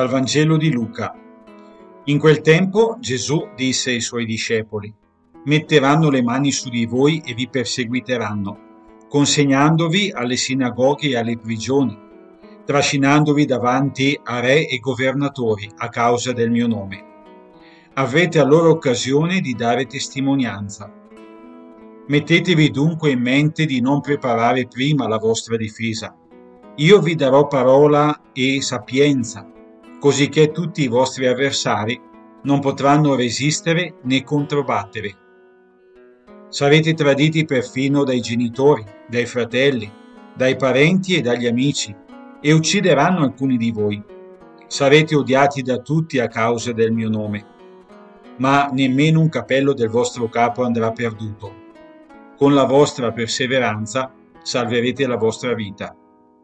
Dal Vangelo di Luca. In quel tempo Gesù disse ai suoi discepoli: metteranno le mani su di voi e vi perseguiteranno, consegnandovi alle sinagoghe e alle prigioni, trascinandovi davanti a re e governatori a causa del mio nome. Avrete allora occasione di dare testimonianza. Mettetevi dunque in mente di non preparare prima la vostra difesa. Io vi darò parola e sapienza, cosicché tutti i vostri avversari non potranno resistere né controbattere. Sarete traditi perfino dai genitori, dai fratelli, dai parenti e dagli amici, e uccideranno alcuni di voi. Sarete odiati da tutti a causa del mio nome, ma nemmeno un capello del vostro capo andrà perduto. Con la vostra perseveranza salverete la vostra vita.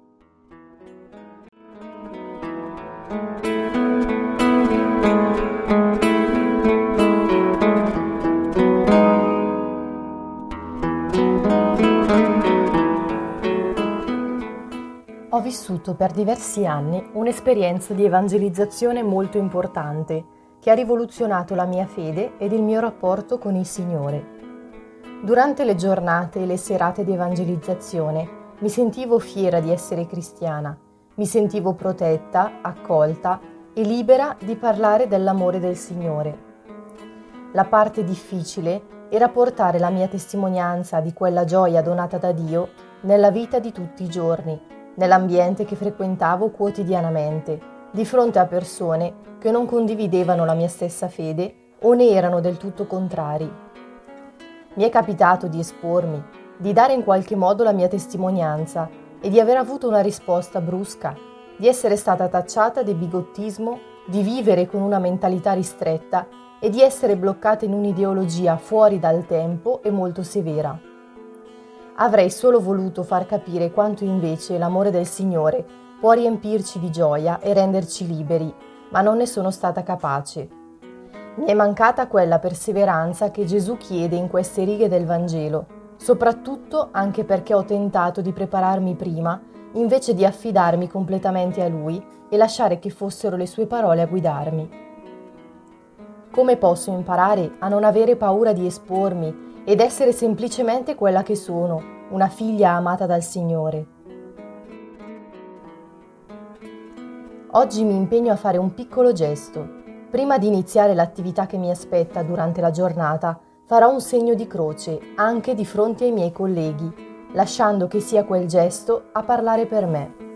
Ho vissuto per diversi anni un'esperienza di evangelizzazione molto importante che ha rivoluzionato la mia fede ed il mio rapporto con il Signore. Durante le giornate e le serate di evangelizzazione mi sentivo fiera di essere cristiana, mi sentivo protetta, accolta e libera di parlare dell'amore del Signore. La parte difficile era portare la mia testimonianza di quella gioia donata da Dio nella vita di tutti i giorni, nell'ambiente che frequentavo quotidianamente, di fronte a persone che non condividevano la mia stessa fede o ne erano del tutto contrari. Mi è capitato di espormi, di dare in qualche modo la mia testimonianza e di aver avuto una risposta brusca, di essere stata tacciata di bigottismo, di vivere con una mentalità ristretta e di essere bloccata in un'ideologia fuori dal tempo e molto severa. Avrei solo voluto far capire quanto invece l'amore del Signore può riempirci di gioia e renderci liberi, ma non ne sono stata capace. Mi è mancata quella perseveranza che Gesù chiede in queste righe del Vangelo, soprattutto anche perché ho tentato di prepararmi prima, invece di affidarmi completamente a Lui e lasciare che fossero le sue parole a guidarmi. Come posso imparare a non avere paura di espormi ed essere semplicemente quella che sono, una figlia amata dal Signore? Oggi mi impegno a fare un piccolo gesto. Prima di iniziare l'attività che mi aspetta durante la giornata, farò un segno di croce anche di fronte ai miei colleghi, lasciando che sia quel gesto a parlare per me.